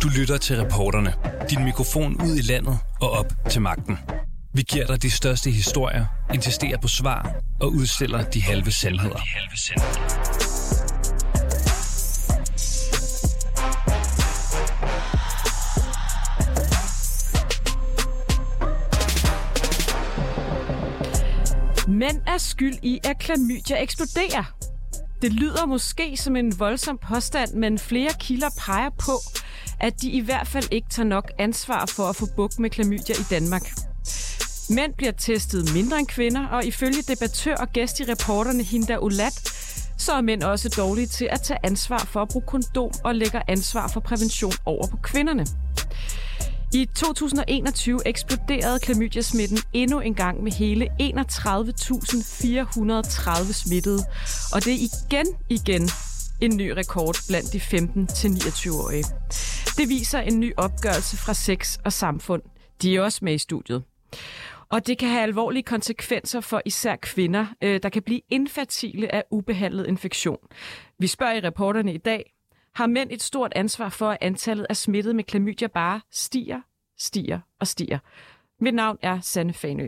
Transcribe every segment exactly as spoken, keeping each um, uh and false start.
Du lytter til Reporterne. Din mikrofon ud i landet og op til magten. Vi giver dig de største historier, insisterer på svar og udstiller de halve sandheder. Mænd er skyld i, at klamydia eksploderer. Det lyder måske som en voldsom påstand, men flere kilder peger på, at de i hvert fald ikke tager nok ansvar for at få bugt med klamydia i Danmark. Mænd bliver testet mindre end kvinder, og ifølge debattør og gæst i Reporterne Hinda Olat, så er mænd også dårlige til at tage ansvar for at bruge kondom og lægger ansvar for prævention over på kvinderne. I to tusind og enogtyve eksploderede klamydia-smitten endnu en gang med hele enogtredive tusind fire hundrede og tredive smittede, og det er igen, igen en ny rekord blandt de femten til niogtyve-årige. Det viser en ny opgørelse fra Sex og Samfund. De er også med i studiet. Og det kan have alvorlige konsekvenser for især kvinder, der kan blive infertile af ubehandlet infektion. Vi spørger i Reporterne i dag, har mænd et stort ansvar for, at antallet af smittede med klamydia bare stiger, stiger og stiger. Mit navn er Sanne Fanø.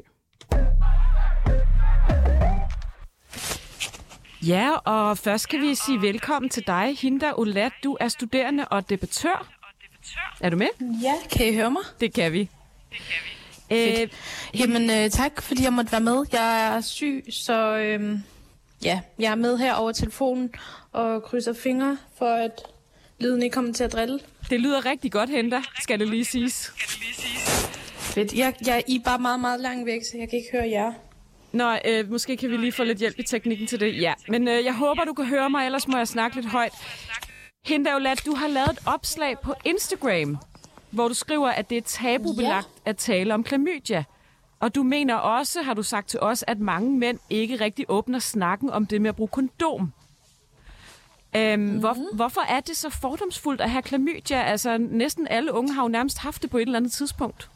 Ja, og først kan vi sige velkommen til dig, Hinda Olat. Du er studerende og debattør. Er du med? Ja, kan I høre mig? Det kan vi. Det kan vi. Øh, Jamen øh, tak, fordi jeg måtte være med. Jeg er syg, så øh, ja, jeg er med her over telefonen og krydser fingre for, at lyden ikke kommer til at drille. Det lyder rigtig godt, Hinda, skal det lige siges. Fedt. Jeg, jeg I er bare meget, meget langt væk, så jeg kan ikke høre jer. Nå, øh, måske kan vi lige få lidt hjælp i teknikken til det. Ja, men øh, jeg håber, du kan høre mig, ellers må jeg snakke lidt højt. Hinda Olat, du har lavet et opslag på Instagram, hvor du skriver, at det er tabubelagt ja. at tale om klamydia. Og du mener også, har du sagt til os, at mange mænd ikke rigtig åbner snakken om det med at bruge kondom. Øhm, mm-hmm. hvor, hvorfor er det så fordomsfuldt at have klamydia? Altså, næsten alle unge har jo nærmest haft det på et eller andet tidspunkt.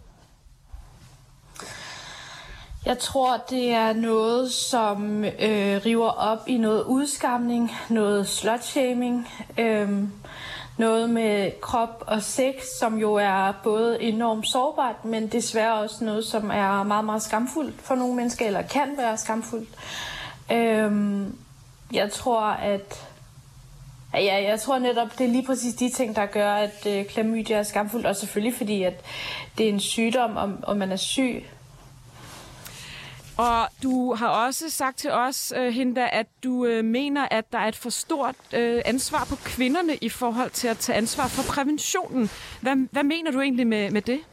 Jeg tror, det er noget, som øh, river op i noget udskamning, noget slutshaming, øh, noget med krop og sex, som jo er både enormt sårbart, men desværre også noget, som er meget, meget skamfuldt for nogle mennesker, eller kan være skamfuldt. Øh, jeg tror, at Ja, jeg tror netop, det er lige præcis de ting, der gør, at øh, klamydia er skamfuldt. Og selvfølgelig fordi, at det er en sygdom, og, og man er syg. Og du har også sagt til os, uh, Hinda, at du uh, mener, at der er et for stort uh, ansvar på kvinderne i forhold til at tage ansvar for præventionen. Hvad, hvad mener du egentlig med, med det?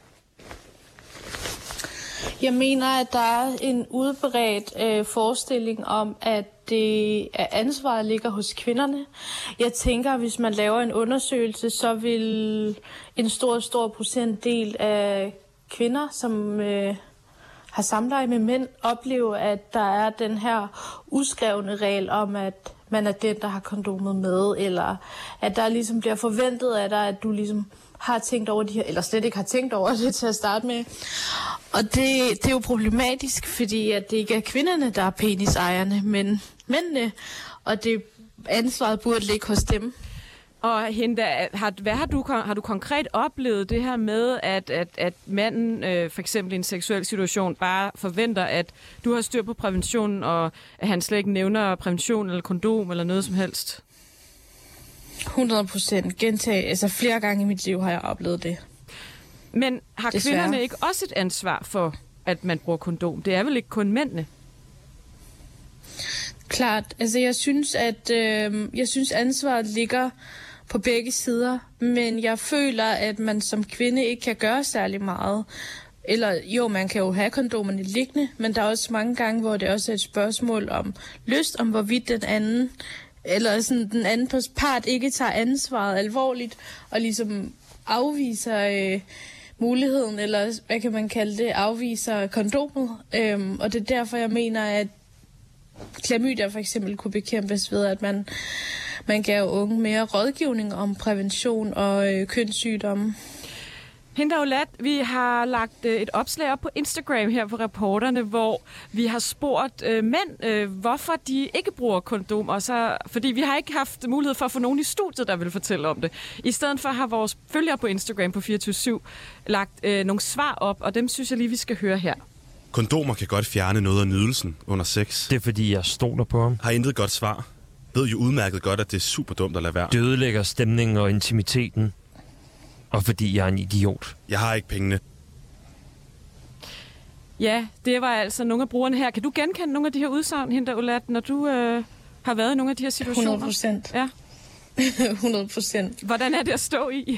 Jeg mener, at der er en udbredt øh, forestilling om, at det ansvaret ligger hos kvinderne. Jeg tænker, at hvis man laver en undersøgelse, så vil en stor, stor procentdel af kvinder, som øh, har samleje med mænd, opleve, at der er den her uskrevne regel om, at man er den, der har kondomet med, eller at der ligesom bliver forventet af dig, at du ligesom har tænkt over de her, eller slet ikke har tænkt over det til at starte med. Og det, det er jo problematisk, fordi at det ikke er kvinderne, der er penisejerne, men mændene, og det ansvaret burde ligge hos dem. Og Hinda, har, hvad har du, har du konkret oplevet det her med, at, at, at manden øh, for eksempel i en seksuel situation bare forventer, at du har styr på præventionen, og at han slet ikke nævner prævention eller kondom eller noget som helst? hundrede procent gentag. Altså flere gange i mit liv har jeg oplevet det. Men har Desværre. kvinderne ikke også et ansvar for, at man bruger kondom? Det er vel ikke kun mændene? Klart. Altså jeg synes, at øh, jeg synes ansvaret ligger på begge sider, men jeg føler, at man som kvinde ikke kan gøre særlig meget. Eller jo, man kan jo have kondomerne liggende, men der er også mange gange, hvor det også er et spørgsmål om lyst, om hvorvidt den anden eller sådan den anden part ikke tager ansvaret alvorligt og ligesom afviser øh, muligheden, eller hvad kan man kalde det, afviser kondomet. Øhm, og det er derfor, jeg mener, at klamydia for eksempel kunne bekæmpes ved, at man, man gav unge mere rådgivning om prævention og øh, kønssygdomme. Hinda Olat, vi har lagt øh, et opslag op på Instagram her på Reporterne, hvor vi har spurgt øh, mænd, øh, hvorfor de ikke bruger kondom, og så, fordi vi har ikke haft mulighed for at få nogen i studiet, der vil fortælle om det. I stedet for har vores følgere på Instagram på fireogtyve syv lagt øh, nogle svar op, og dem synes jeg lige, vi skal høre her. Kondomer kan godt fjerne noget af nydelsen under sex. Det er fordi, jeg stoler på ham. Har intet godt svar. Ved jo udmærket godt, at det er super dumt at lade være. Det ødelægger stemningen og intimiteten. Og fordi jeg er en idiot. Jeg har ikke pengene. Ja, det var altså nogle af brugerne her. Kan du genkende nogle af de her udsagn, Hinda Olat, når du øh, har været i nogle af de her situationer? hundrede procent. Ja. hundrede procent. Hvordan er det at stå i?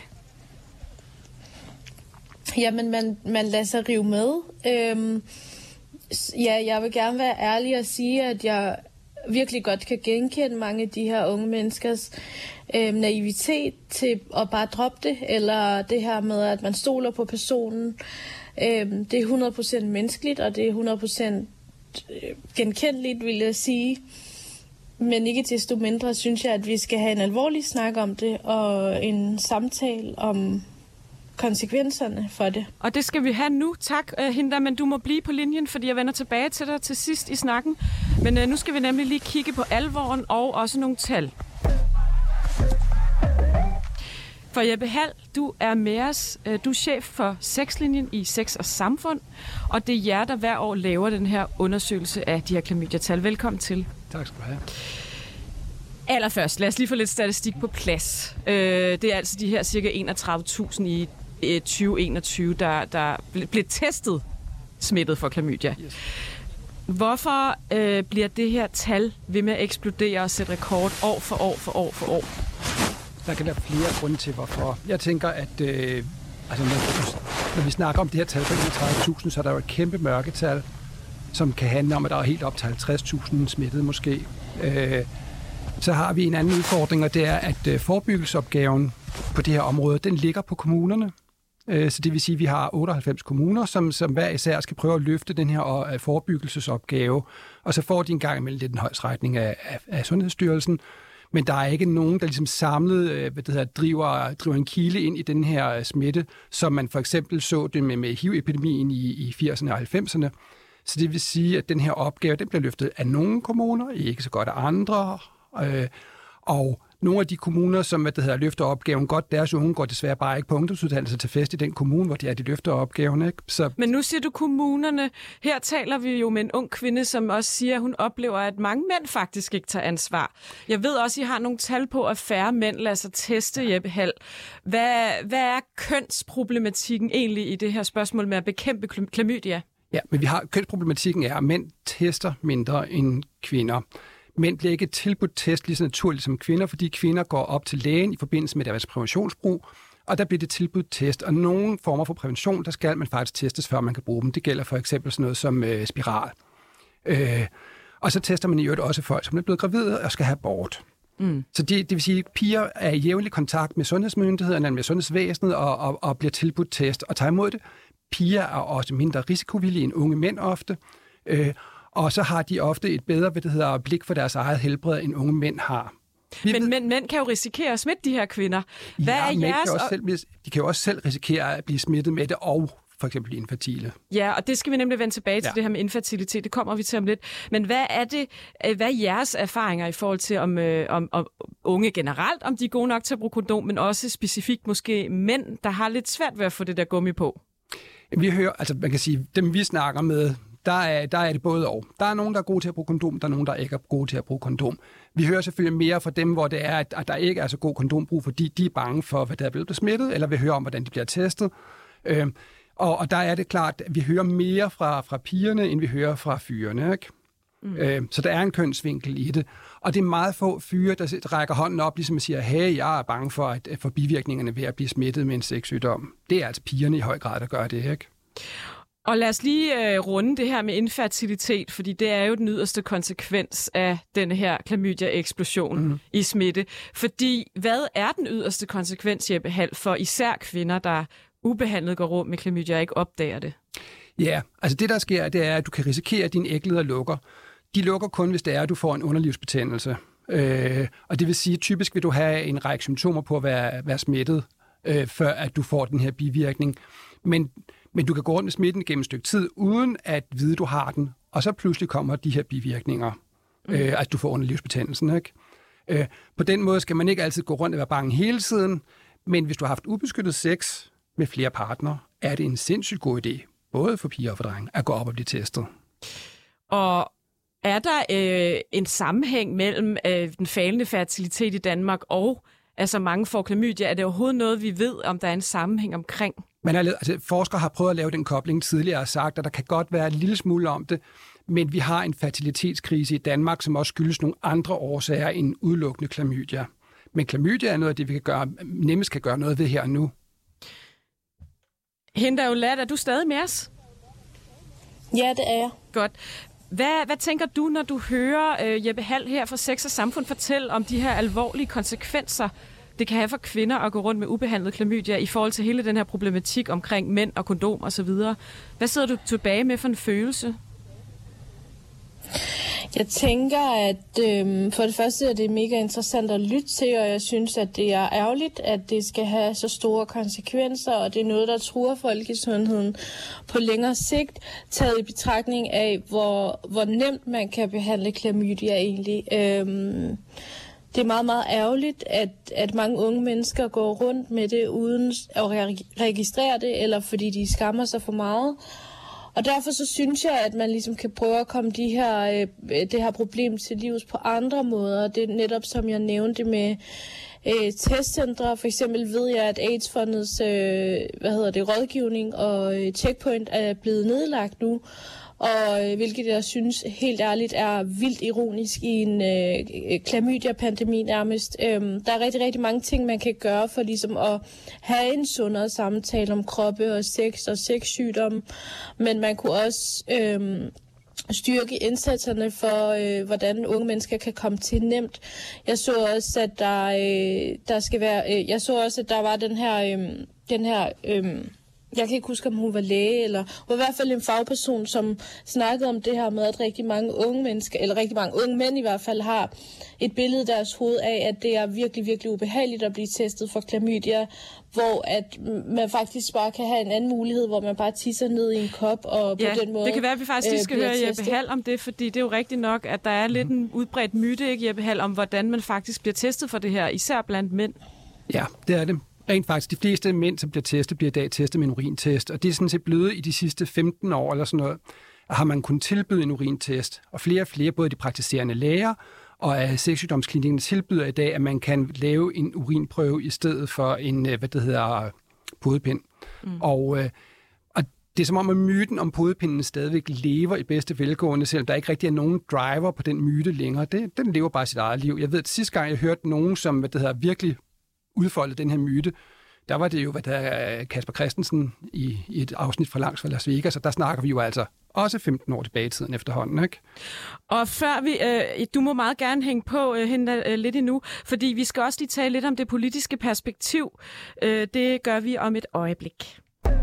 Jamen, man, man lader sig rive med. Øhm, ja, jeg vil gerne være ærlig og sige, at jeg virkelig godt kan genkende mange af de her unge menneskers øhm, naivitet til at bare droppe det, eller det her med, at man stoler på personen. Øhm, det er hundrede procent menneskeligt, og det er hundrede procent genkendeligt, vil jeg sige. Men ikke desto mindre synes jeg, at vi skal have en alvorlig snak om det, og en samtale om konsekvenserne for det. Og det skal vi have nu. Tak, Hinda, men du må blive på linjen, fordi jeg vender tilbage til dig til sidst i snakken. Men uh, nu skal vi nemlig lige kigge på alvoren og også nogle tal. For Jeppe Hald, du er med os. Du er chef for Sexlinjen i Sex og Samfund, og det er jer, der hver år laver den her undersøgelse af de her klamydia-tal. Velkommen til. Tak skal du have. Allerførst, lad os lige få lidt statistik på plads. Øh, det er altså de her cirka enogtredive tusind i øh, tyve enogtyve, der, der blev testet smittet for klamydia. Yes. Hvorfor øh, bliver det her tal ved med at eksplodere og sætte rekord år for år for år for år? Der kan være flere grunde til, hvorfor. Jeg tænker, at øh, altså, når, når vi snakker om det her tal på enogtredive tusind, så er der jo et kæmpe mørketal, som kan handle om, at der er helt op til halvtreds tusind smittede måske. Øh, Så har vi en anden udfordring, og det er, at forebyggelsesopgaven på det her område, den ligger på kommunerne. Så det vil sige, at vi har otteoghalvfems kommuner, som, som hver især skal prøve at løfte den her forebyggelsesopgave, og så får de en gang imellem lidt en højstrækning af, af, af Sundhedsstyrelsen. Men der er ikke nogen, der ligesom samlet hvad det hedder, driver, driver en kile ind i den her smitte, som man for eksempel så det med, med H I V-epidemien i, i firserne og halvfemserne. Så det vil sige, at den her opgave, den bliver løftet af nogle kommuner, ikke så godt af andre. Øh, og nogle af de kommuner, som hvad det hedder, løfter opgaven godt, deres unge går desværre bare ikke på ungdomsuddannelse til fest i den kommune, hvor de er, de løfter opgaven. Ikke? Så... Men nu siger du kommunerne. Her taler vi jo med en ung kvinde, som også siger, at hun oplever, at mange mænd faktisk ikke tager ansvar. Jeg ved også, at I har nogle tal på, at færre mænd lader sig teste, Jeppe Hald. Hvad, hvad er kønsproblematikken egentlig i det her spørgsmål med at bekæmpe klamydia? Ja, men vi har kønsproblematikken er, at mænd tester mindre end kvinder. Mænd bliver ikke tilbudt test lige så naturligt som kvinder, fordi kvinder går op til lægen i forbindelse med deres præventionsbrug, og der bliver det tilbudt test. Og nogle former for prævention, der skal man faktisk testes, før man kan bruge dem. Det gælder for eksempel sådan noget som øh, spiral. Øh, og så tester man i øvrigt også folk, som er blevet gravide og skal have abort. Mm. Så det, det vil sige, at piger er i jævnlig kontakt med sundhedsmyndighederne, med sundhedsvæsenet og, og, og bliver tilbudt test og tager imod det. Piger er også mindre risikovillige end unge mænd ofte. Øh, Og så har de ofte et bedre hvad det hedder, blik for deres eget helbred, end unge mænd har. Vi men ved... mænd, mænd kan jo risikere at smitte de her kvinder. Hvad ja, er jeres... kan også selv, de kan jo også selv risikere at blive smittet med det, og for eksempel infertile. Ja, og det skal vi nemlig vende tilbage til, ja. Det her med infertilitet. Det kommer vi til om lidt. Men hvad er det? Hvad er jeres erfaringer i forhold til om, om, om unge generelt, om de er gode nok til at bruge kondom, men også specifikt måske mænd, der har lidt svært ved at få det der gummi på? Vi hører, altså man kan sige, dem vi snakker med, Der er, der er det både og. Der er nogen, der er gode til at bruge kondom, der er nogen, der ikke er gode til at bruge kondom. Vi hører selvfølgelig mere fra dem, hvor det er, at der ikke er så god kondombrug, fordi de er bange for, hvad der er blevet smittet, eller vil høre om, hvordan de bliver testet. Øhm, og, og der er det klart, at vi hører mere fra, fra pigerne, end vi hører fra fyrene. Ikke? Mm. Øhm, så der er en kønsvinkel i det. Og det er meget få fyre, der rækker hånden op, ligesom at siger, hey, jeg er bange for, at, for bivirkningerne ved at blive smittet med en sexsygdom. Det er altså pigerne i høj grad, der gør det, ikke? Og lad os lige øh, runde det her med infertilitet, fordi det er jo den yderste konsekvens af denne her klamydia-eksplosion mm. i smitte. Fordi hvad er den yderste konsekvens, Jeppe Hald, for især kvinder, der ubehandlet går rundt med klamydia og ikke opdager det? Ja, altså det der sker, det er, at du kan risikere, at dine ægleder lukker. De lukker kun, hvis det er, at du får en underlivsbetændelse. Øh, og det vil sige, at typisk vil du have en række symptomer på at være, være smittet. øh, før at du får den her bivirkning. Men, men du kan gå rundt med smitten gennem et stykke tid, uden at vide, du har den, og så pludselig kommer de her bivirkninger, mm. øh, at du får underlivsbetændelsen, ikke? Øh, på den måde skal man ikke altid gå rundt og være bange hele tiden, men hvis du har haft ubeskyttet sex med flere partnere, er det en sindssygt god idé, både for piger og for drenge, at gå op og blive testet. Og er der øh, en sammenhæng mellem øh, den faldende fertilitet i Danmark og altså mange får klamydia? Er det overhovedet noget, vi ved, om der er en sammenhæng omkring? Man har, altså, forskere har prøvet at lave den kobling tidligere og sagt, at der kan godt være en lille smule om det, men vi har en fertilitetskrise i Danmark, som også skyldes nogle andre årsager end udelukkende klamydia. Men klamydia er noget af det, vi kan gøre, nemmest kan gøre noget ved her og nu. Hinda Olat, er du stadig med os? Ja, det er jeg. Godt. Hvad, hvad tænker du, når du hører øh, Jeppe Hald her fra Sex og Samfund fortælle om de her alvorlige konsekvenser, det kan have for kvinder at gå rundt med ubehandlet klamydia i forhold til hele den her problematik omkring mænd og kondom og så videre? Hvad sidder du tilbage med for en følelse? Jeg tænker, at øh, for det første er det mega interessant at lytte til, og jeg synes, at det er ærgerligt, at det skal have så store konsekvenser, og det er noget, der truer folkesundheden på længere sigt, taget i betragtning af, hvor, hvor nemt man kan behandle klamydia egentlig. Øh, det er meget, meget ærgerligt, at, at mange unge mennesker går rundt med det, uden at registrere det, eller fordi de skammer sig for meget. Og derfor så synes jeg, at man ligesom kan prøve at komme de her, øh, det her problem til livs på andre måder. Det er netop, som jeg nævnte med øh, testcentre. For eksempel ved jeg, at AIDS-fondets øh, hvad hedder det, rådgivning og øh, checkpoint er blevet nedlagt nu. Og øh, hvilket jeg synes helt ærligt er vildt ironisk i en øh, klamydia-pandemi nærmest. Øhm, der er rigtig, rigtig mange ting, man kan gøre for ligesom at have en sundere samtale om kroppe og sex og sexsygdom. Men man kunne også øh, styrke indsatserne for, øh, hvordan unge mennesker kan komme til nemt. Jeg så også, at der, øh, der skal være, øh, jeg så også, at der var den her, øh, den her øh, jeg kan ikke huske, om hun var læge, eller hun var i hvert fald en fagperson, som snakkede om det her med, at rigtig mange unge mennesker, eller rigtig mange unge mænd i hvert fald, har et billede i deres hoved af, at det er virkelig, virkelig ubehageligt at blive testet for klamydia, hvor at man faktisk bare kan have en anden mulighed, hvor man bare tisser ned i en kop, og på ja, den måde det kan være, at vi faktisk lige skal øh, høre testet. Jeppe Hald om det, fordi det er jo rigtigt nok, at der er lidt en udbredt myte, ikke, Jeppe Hald, om hvordan man faktisk bliver testet for det her, især blandt mænd. Ja, det er det. Rent faktisk, de fleste mænd, som bliver testet, bliver i dag testet med en urintest, og det er sådan set blevet i de sidste femten år eller sådan noget, har man kunnet tilbyde en urintest. Og flere og flere, både de praktiserende læger og af sexsygdomsklinikken, tilbyder i dag, at man kan lave en urinprøve i stedet for en, hvad det hedder, podepind. Mm. Og, og det er som om, at myten om podepinden stadigvæk lever i bedste velgående, selvom der ikke rigtig er nogen driver på den myte længere. Det, den lever bare sit eget liv. Jeg ved, at sidste gang jeg hørte nogen, som hvad det hedder, virkelig udfoldet den her myte, der var det jo, hvad der er Kasper Christensen i, i et afsnit fra Langs fra Las Vegas, og der snakker vi jo altså også femten år tilbage i tiden efterhånden, ikke? Og før vi, øh, du må meget gerne hænge på øh, hende øh, lidt endnu, fordi vi skal også lige tale lidt om det politiske perspektiv. Øh, det gør vi om et øjeblik.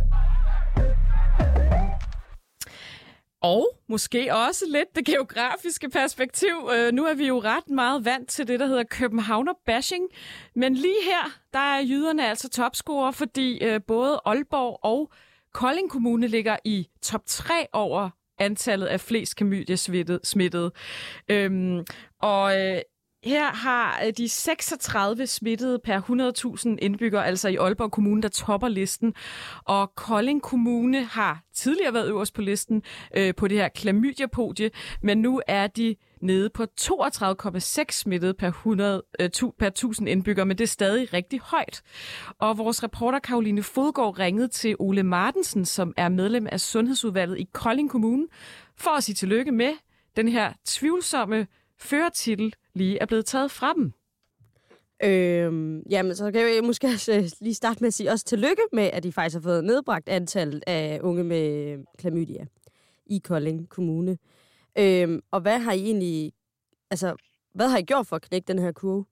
Og måske også lidt det geografiske perspektiv. Øh, nu er vi jo ret meget vant til det, der hedder Københavner-bashing. Men lige her, der er jyderne altså topscorer, fordi øh, både Aalborg og Kolding Kommune ligger i top tre over antallet af flest klamydia-smittede. Øhm, og øh, her har de seksogtredive smittede per hundrede tusind indbyggere, altså i Aalborg Kommune, der topper listen. Og Kolding Kommune har tidligere været øverst på listen øh, på det her klamydia-podie, men nu er de nede på toogtredive komma seks smittede per, hundrede, øh, tu, per tusind indbyggere, men det er stadig rigtig højt. Og vores reporter Karoline Fodgaard ringede til Ole Martensen, som er medlem af Sundhedsudvalget i Kolding Kommune, for at sige tillykke med den her tvivlsomme førertitel lige er blevet taget fra dem. Øhm, jamen, så kan jeg måske også lige starte med at sige også tillykke med, at de faktisk har fået nedbragt antallet af unge med klamydia i Kolding Kommune. Øhm, og hvad har I egentlig, altså, hvad har I gjort for at knække den her kurve?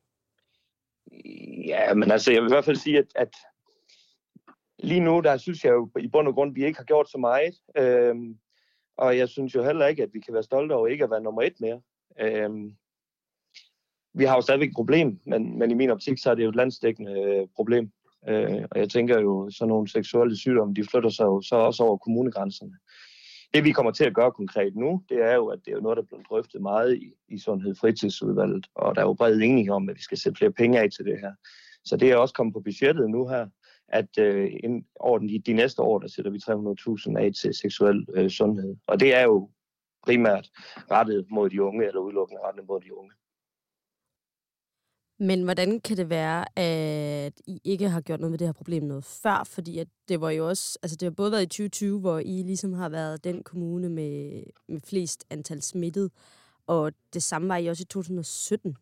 Ja, men altså, jeg vil i hvert fald sige, at, at lige nu, der synes jeg jo i bund og grund, at vi ikke har gjort så meget. Øhm, og jeg synes jo heller ikke, at vi kan være stolte over ikke at være nummer et mere. Øhm, vi har jo stadigvæk et problem, men, men i min optik, så er det jo et landsdækkende øh, problem. Øh, og jeg tænker jo, sådan nogle seksuelle sygdomme, de flytter sig jo så også over kommunegrænserne. Det vi kommer til at gøre konkret nu, det er jo, at det er jo noget, der er blevet drøftet meget i, i Sundhed- Fritidsudvalget, og der er jo bred enighed om, at vi skal sætte flere penge af til det her. Så det er også kommet på budgettet nu her, at øh, inden, over de, de næste år, der sætter vi tre hundrede tusind af til seksuel øh, sundhed. Og det er jo primært rettet mod de unge, eller udelukkende rettet mod de unge. Men hvordan kan det være, at I ikke har gjort noget med det her problem noget før? Fordi at det var jo også, altså det har både været i tyve tyve, hvor I ligesom har været den kommune med, med flest antal smittet, og det samme var I også i to tusind og sytten.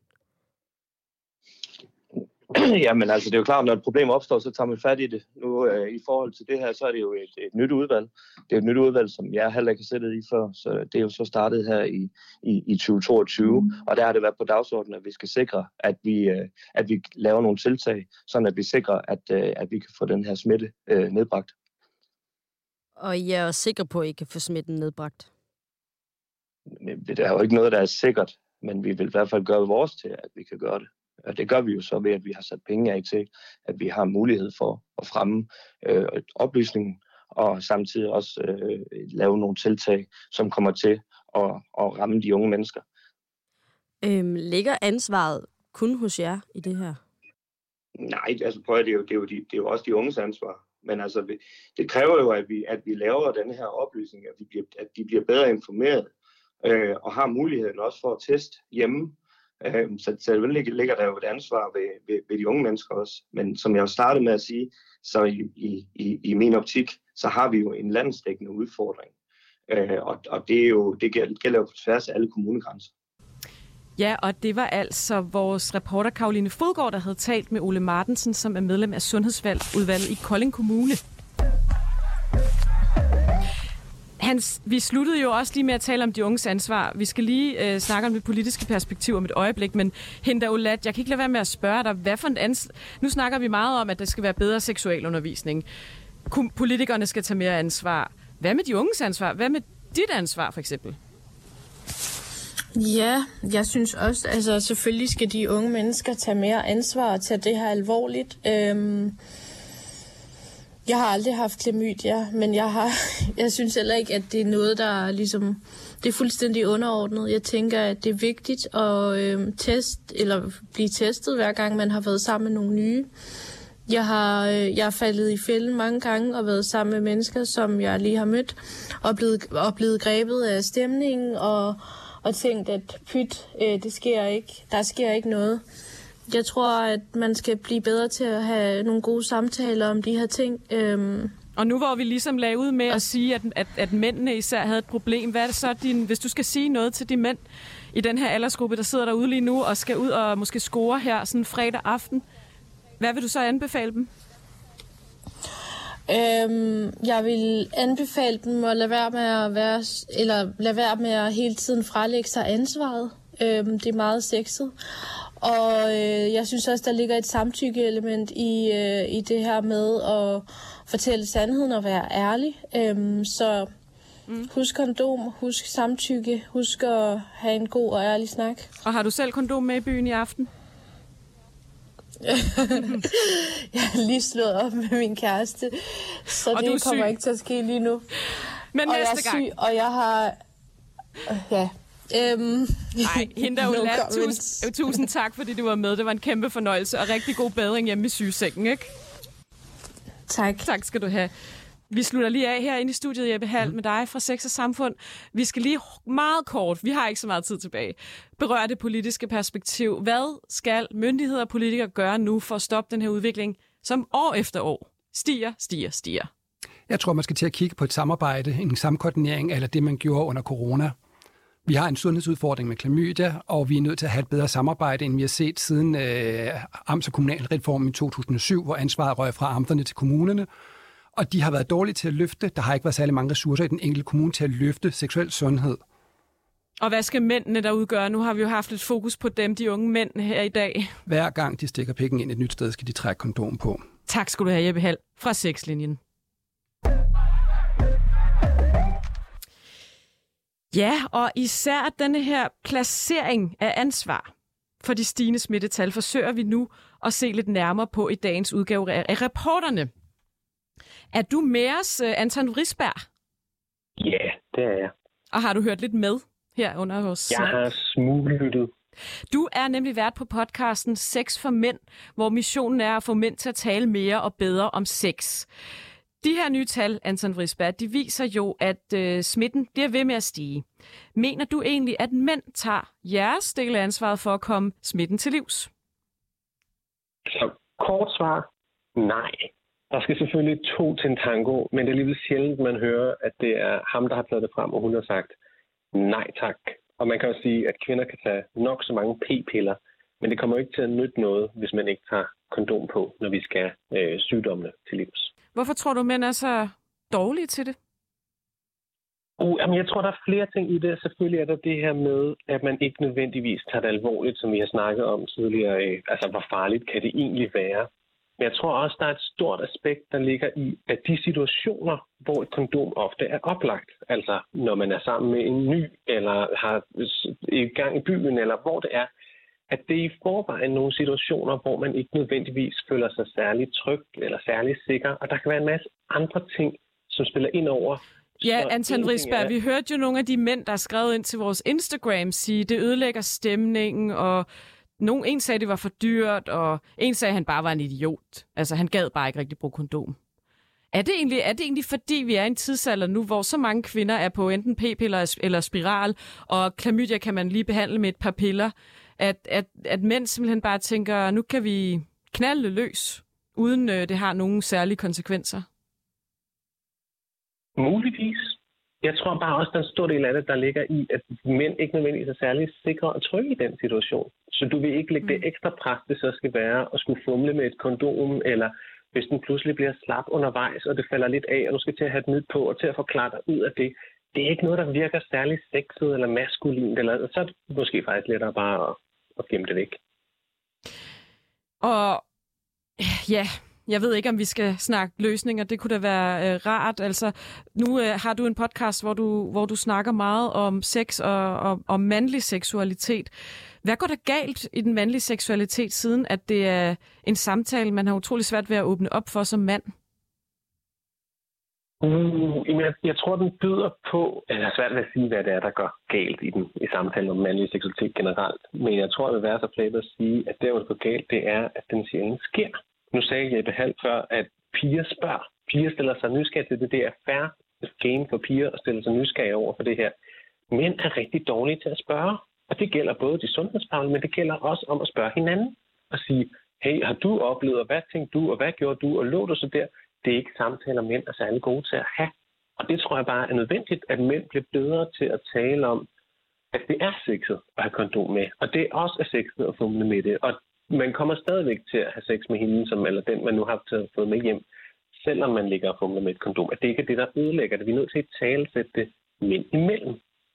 Jamen altså, det er jo klart, når et problem opstår, så tager man fat i det. Nu øh, i forhold til det her, så er det jo et, et nyt udvalg. Det er et nyt udvalg, som jeg heller ikke har sættet i før, så det er jo så startet her i, i, i tyve toogtyve. Mm. Og der har det været på dagsordenen, at vi skal sikre, at vi, øh, at vi laver nogle tiltag, sådan at vi sikrer, at, øh, at vi kan få den her smitte øh, nedbragt. Og I er også sikre på, at I kan få smitten nedbragt? Det er jo ikke noget, der er sikkert, men vi vil i hvert fald gøre vores til, at vi kan gøre det. Og det gør vi jo så ved, at vi har sat penge af til, at vi har mulighed for at fremme øh, oplysningen, og samtidig også øh, lave nogle tiltag, som kommer til at, at ramme de unge mennesker. Øhm, ligger ansvaret kun hos jer i det her? Nej, altså prøv at det er jo, det er jo, de, det er jo også de unges ansvar. Men altså, det kræver jo, at vi, at vi laver den her oplysning, at, vi bliver, at de bliver bedre informeret, øh, og har muligheden også for at teste hjemme. Så selvfølgelig ligger der jo et ansvar ved, ved, ved de unge mennesker også. Men som jeg jo startede med at sige, så i, i, i min optik, så har vi jo en landsdækkende udfordring. Og, og det, er jo, det gælder jo på tværs af alle kommunegrænser. Ja, og det var altså vores reporter Karoline Fodgaard, der havde talt med Ole Martensen, som er medlem af Sundhedsudvalget i Kolding Kommune. Hans, vi sluttede jo også lige med at tale om de unges ansvar. Vi skal lige øh, snakke om det politiske perspektiv om et øjeblik, men Hinda Olat, jeg kan ikke lade være med at spørge dig, hvad for en ans- Nu snakker vi meget om, at der skal være bedre seksualundervisning. Politikerne skal tage mere ansvar. Hvad med de unges ansvar? Hvad med dit ansvar, for eksempel? Ja, jeg synes også, altså selvfølgelig skal de unge mennesker tage mere ansvar og tage det her alvorligt. Øhm Jeg har aldrig haft klamydia, men jeg har, jeg synes heller ikke, at det er noget, der er ligesom, det er fuldstændig underordnet. Jeg tænker, at det er vigtigt at øh, teste eller blive testet, hver gang man har været sammen med nogle nye. Jeg har, øh, jeg har faldet i fælden mange gange og været sammen med mennesker, som jeg lige har mødt, og blevet, og blevet grebet af stemningen og, og tænkt, at pyt, øh, det sker ikke. Der sker ikke noget. Jeg tror, at man skal blive bedre til at have nogle gode samtaler om de her ting. Øhm. Og nu hvor vi ligesom lagde ud med at sige, at, at, at mændene især havde et problem, hvad er det så, din, hvis du skal sige noget til de mænd i den her aldersgruppe, der sidder derude lige nu og skal ud og måske score her sådan fredag aften, hvad vil du så anbefale dem? Øhm, jeg vil anbefale dem at lade være med at være, eller lade være med at hele tiden frelægge sig ansvaret. Øhm, det er meget sexet. Og øh, jeg synes også, der ligger et samtykke-element i, øh, i det her med at fortælle sandheden og være ærlig. Øhm, så mm. husk kondom, husk samtykke, husk at have en god og ærlig snak. Og har du selv kondom med i byen i aften? Jeg har lige slået op med min kæreste, så og det kommer ikke til at ske lige nu. Men og næste jeg er gang. syg, og jeg har... Ja... Øhm, Nej, Hinda Olat, no tusind, tusind tak, fordi du var med. Det var en kæmpe fornøjelse, og rigtig god bedring hjemme i sygesengen, ikke? Tak. Tak skal du have. Vi slutter lige af herinde i studiet, Jeppe Hald, med dig fra Sex og Samfund. Vi skal lige meget kort, vi har ikke så meget tid tilbage, berøre det politiske perspektiv. Hvad skal myndigheder og politikere gøre nu for at stoppe den her udvikling, som år efter år stiger, stiger, stiger? Jeg tror, man skal til at kigge på et samarbejde, en samkoordinering, eller det, man gjorde under corona. Vi har en sundhedsudfordring med klamydia, og vi er nødt til at have et bedre samarbejde, end vi har set siden øh, amts- og kommunalreformen i to tusind og syv, hvor ansvaret røg fra amterne til kommunerne. Og de har været dårlige til at løfte. Der har ikke været særlig mange ressourcer i den enkelte kommune til at løfte seksuel sundhed. Og hvad skal mændene derude gøre? Nu har vi jo haft lidt fokus på dem, de unge mænd her i dag. Hver gang de stikker pikken ind et nyt sted, skal de trække kondom på. Tak skal du have, Jeppe Hald fra Sexlinjen. Ja, og især denne her placering af ansvar. for de stigende smittetal forsøger vi nu at se lidt nærmere på i dagens udgave af Reporterne. Er du med os, Anton Risberg? Ja, yeah, det er jeg. Og har du hørt lidt med her under vores... Jeg har smuglyttet. Du er nemlig vært på podcasten Sex for Mænd, hvor missionen er at få mænd til at tale mere og bedre om sex. De her nye tal, Anton Risberg, de viser jo, at øh, smitten bliver ved med at stige. Mener du egentlig, at mænd tager jeres del af ansvaret for at komme smitten til livs? Så kort svar, nej. Der skal selvfølgelig to til en tango, men det er alligevel sjældent, man hører, at det er ham, der har taget det frem, og hun har sagt nej tak. Og man kan også sige, at kvinder kan tage nok så mange p-piller, men det kommer ikke til at nytte noget, hvis man ikke tager kondom på, når vi skal øh, sygdommene til livs. Hvorfor tror du, mænd er så dårlige til det? Uh, jamen, jeg tror, der er flere ting i det. Selvfølgelig er der det her med, at man ikke nødvendigvis tager det alvorligt, som vi har snakket om tidligere. Øh, altså, hvor farligt kan det egentlig være? Men jeg tror også, der er et stort aspekt, der ligger i, at de situationer, hvor et kondom ofte er oplagt, altså når man er sammen med en ny, eller har i gang i byen, eller hvor det er, at det er i forvejen nogle situationer, hvor man ikke nødvendigvis føler sig særlig tryg eller særlig sikker, og der kan være en masse andre ting, som spiller ind over. Ja, Anton Risberg, vi hørte jo nogle af de mænd, der er skrevet ind til vores Instagram, sige, det ødelægger stemningen, og nogen, en sagde, det var for dyrt, og en sagde, han bare var en idiot. Altså, han gad bare ikke rigtig bruge kondom. Er det egentlig, er det egentlig fordi, vi er i en tidsalder nu, hvor så mange kvinder er på enten p-piller eller spiral, og klamydia kan man lige behandle med et par piller, at, at, at mænd simpelthen bare tænker, nu kan vi knalde løs, uden øh, det har nogen særlige konsekvenser? Muligvis. Jeg tror bare også, at der er en stor del af det, der ligger i, at mænd ikke nødvendigvis er særlig sikre og trygge i den situation. Så du vil ikke lægge det ekstra pres, det så skal være, at skulle fumle med et kondom, eller hvis den pludselig bliver slap undervejs, og det falder lidt af, og du skal til at have det nyt på, og til at forklare dig ud af det. Det er ikke noget, der virker særlig sexet eller maskulint, eller så er det måske faktisk lettere bare at, at gemme det væk. Og ja... Jeg ved ikke, om vi skal snakke løsninger. Det kunne da være øh, rart. Altså, nu øh, har du en podcast, hvor du, hvor du snakker meget om sex og, og, og mandlig seksualitet. Hvad går der galt i den mandlige seksualitet, siden at det er en samtale, man har utrolig svært ved at åbne op for som mand? Uh, jeg, jeg tror, den byder på... Jeg har svært ved at sige, hvad det er, der går galt i, den, i samtalen om mandlig seksualitet generelt. Men jeg tror, det vil være så flæbt at sige, at det, der går galt, det er, at den sjældent sker. Nu sagde Jeppe Hald før, at piger spørger. Piger stiller sig nysgerrige til det. Det er fair game for piger at stille sig nysgerrige over for det her. Mænd er rigtig dårlige til at spørge. Og det gælder både de sundhedsfaglige, men det gælder også om at spørge hinanden. Og sige, hey, har du oplevet, og hvad tænkte du, og hvad gjorde du, og lå du så der? Det er ikke samtaler, mænd er særlig gode til at have. Og det tror jeg bare er nødvendigt, at mænd bliver bedre til at tale om, at det er sexet at have kondom med. Og det er også er sexet at fumle med det. Og man kommer stadigvæk til at have sex med hende, som, eller den, man nu har fået med hjem, selvom man ligger og fumler med et kondom. At det ikke er det, der ødelægger det. Vi er nødt til at talesætte det mænd imellem.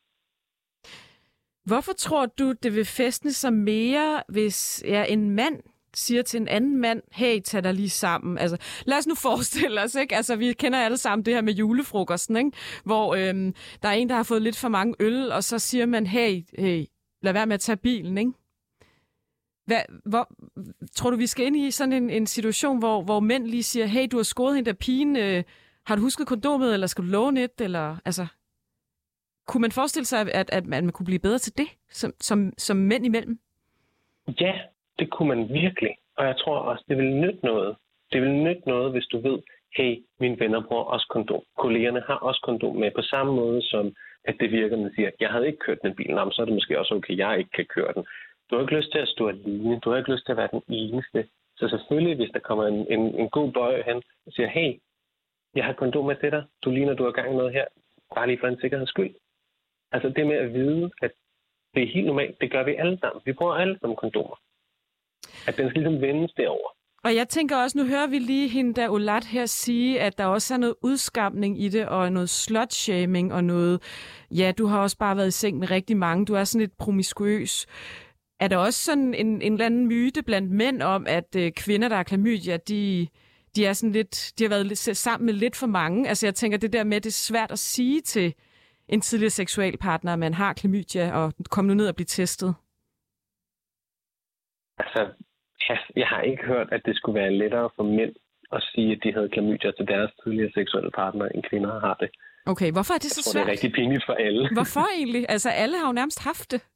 Hvorfor tror du, det vil fæstne sig mere, hvis ja, en mand siger til en anden mand, hey, tag dig lige sammen. Altså, lad os nu forestille os, ikke? Altså, vi kender alle sammen det her med julefrokosten, ikke? Hvor øhm, der er en, der har fået lidt for mange øl, og så siger man, hey, hey, lad være med at tage bilen, ikke? Hvad, hvor, tror du, vi skal ind i sådan en, en situation, hvor, hvor mænd lige siger, hey, du har scoret hende der pigen, øh, har du husket kondomet, eller skal du låne et? Eller, altså, kunne man forestille sig, at, at man kunne blive bedre til det, som, som, som mænd imellem? Ja, det kunne man virkelig. Og jeg tror også, det vil nytte noget. Det vil nytte noget, hvis du ved, hey, mine venner bruger også kondom. Kollegerne har også kondom med, på samme måde som, at det virker, man siger, jeg havde ikke kørt den bil, så er det måske også okay, jeg ikke kan køre den. Du har ikke lyst til at stå alene. Du har ikke lyst til at være den eneste. Så selvfølgelig, hvis der kommer en, en, en god bøje hen og siger, hey, jeg har kondom med til dig. Du ligner, du er gang med noget her. Bare lige for en sikkerheds skyld. Altså det med at vide, at det er helt normalt. Det gør vi alle sammen. Vi bruger alle sammen kondomer. At den skal ligesom vendes derover. Og jeg tænker også, nu hører vi lige hende der Olat her sige, at der også er noget udskamning i det, og noget slutshaming, og noget, ja, du har også bare været i seng med rigtig mange. Du er sådan lidt promiskuøs. Er der også sådan en, en eller anden myte blandt mænd om, at øh, kvinder, der er klamydia, de, de er sådan lidt, de har været lidt, sammen med lidt for mange? Altså jeg tænker, det der med, det er svært at sige til en tidligere seksualpartner, at man har klamydia, og kom nu ned og blive testet. Altså, jeg har ikke hørt, at det skulle være lettere for mænd at sige, at de havde klamydia til deres tidligere seksuelle partner, end kvinder har det. Okay, hvorfor er det så jeg tror, svært? Det er rigtig pinligt for alle. Hvorfor egentlig? Altså, alle har jo nærmest haft det.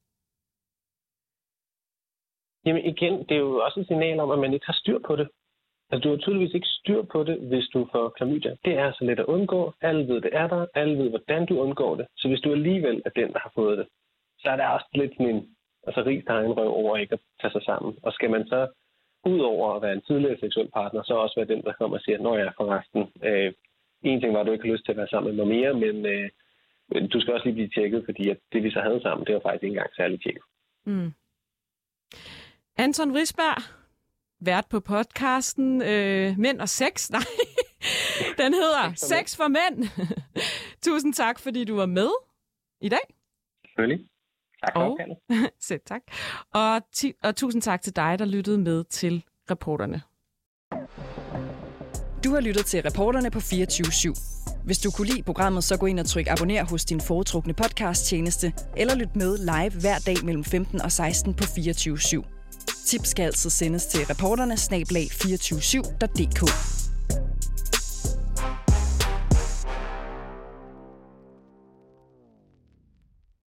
Jamen igen, det er jo også et signal om, at man ikke har styr på det. Altså, du har tydeligvis ikke styr på det, hvis du får klamydia. Det er så let at undgå. Alle ved, det er der. Alle ved, hvordan du undgår det. Så hvis du alligevel er den, der har fået det, så er der også lidt sådan en altså, rig tegnrøv over ikke at tage sig sammen. Og skal man så, ud over at være en tidligere seksuel partner, så også være den, der kommer og siger, når jeg er forresten. Øh, en ting var, at du ikke har lyst til at være sammen med mig mere, men øh, du skal også lige blive tjekket, fordi at det, vi så havde sammen, det var faktisk ikke engang særlig tjekket. Mm. Anton Risberg, vært på podcasten øh, Mænd og Sex. Nej, den hedder Sex for Mænd. Tusind tak, fordi du var med i dag. Selvfølgelig. Tak for og, selv tak. Og, ti- og tusind tak til dig, der lyttede med til Reporterne. Du har lyttet til Reporterne på fireogtyve syv. Hvis du kunne lide programmet, så gå ind og tryk abonner hos din foretrukne podcasttjeneste, eller lyt med live hver dag mellem femten og seksten på fireogtyve syv. Tips skal altid sendes til reporterne snabel-a to fire syv punktum d k.